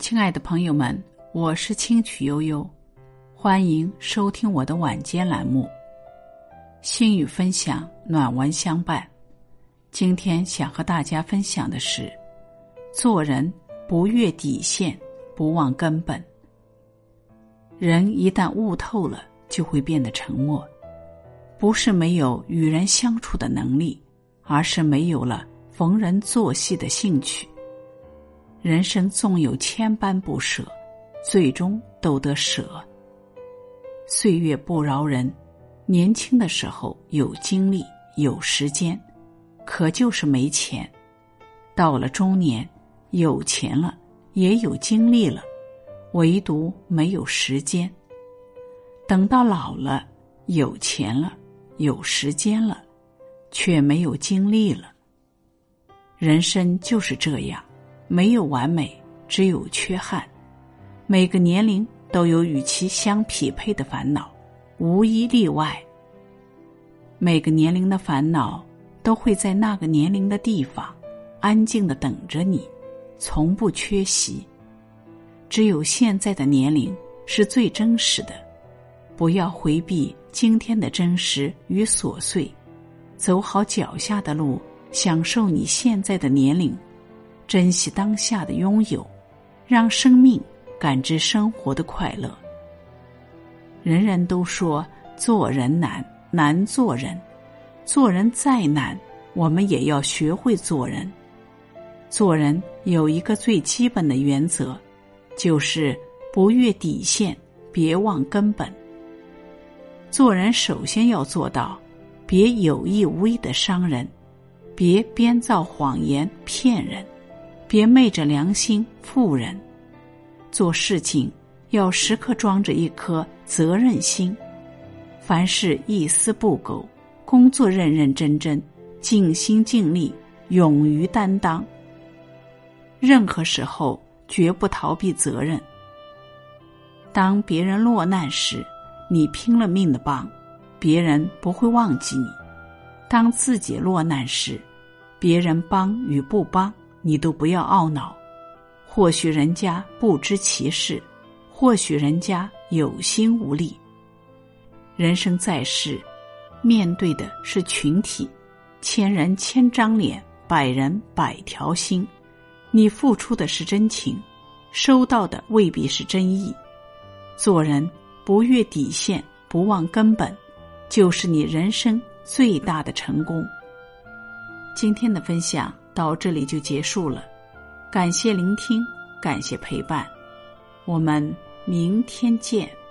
亲爱的朋友们，我是清曲悠悠，欢迎收听我的晚间栏目。心语分享，暖文相伴。今天想和大家分享的是，做人不越底线，不忘根本。人一旦悟透了，就会变得沉默，不是没有与人相处的能力，而是没有了逢人作戏的兴趣。人生纵有千般不舍，最终都得舍。岁月不饶人，年轻的时候有精力有时间，可就是没钱。到了中年，有钱了也有精力了，唯独没有时间。等到老了，有钱了有时间了，却没有精力了。人生就是这样，没有完美，只有缺憾。每个年龄都有与其相匹配的烦恼，无一例外。每个年龄的烦恼都会在那个年龄的地方安静地等着你，从不缺席。只有现在的年龄是最真实的，不要回避今天的真实与琐碎，走好脚下的路，享受你现在的年龄，珍惜当下的拥有，让生命感知生活的快乐。人人都说做人难，难做人。做人再难，我们也要学会做人。做人有一个最基本的原则，就是不越底线，别忘根本。做人首先要做到，别有意无意地伤人，别编造谎言骗人，别昧着良心负人。做事情要时刻装着一颗责任心，凡事一丝不苟，工作认认真真，尽心尽力，勇于担当。任何时候绝不逃避责任。当别人落难时，你拼了命的帮，别人不会忘记你。当自己落难时，别人帮与不帮，你都不要懊恼。或许人家不知其事，或许人家有心无力。人生在世，面对的是群体，千人千张脸，百人百条心。你付出的是真情，收到的未必是真意。做人不越底线，不忘根本，就是你人生最大的成功。今天的分享到这里就结束了，感谢聆听，感谢陪伴，我们明天见。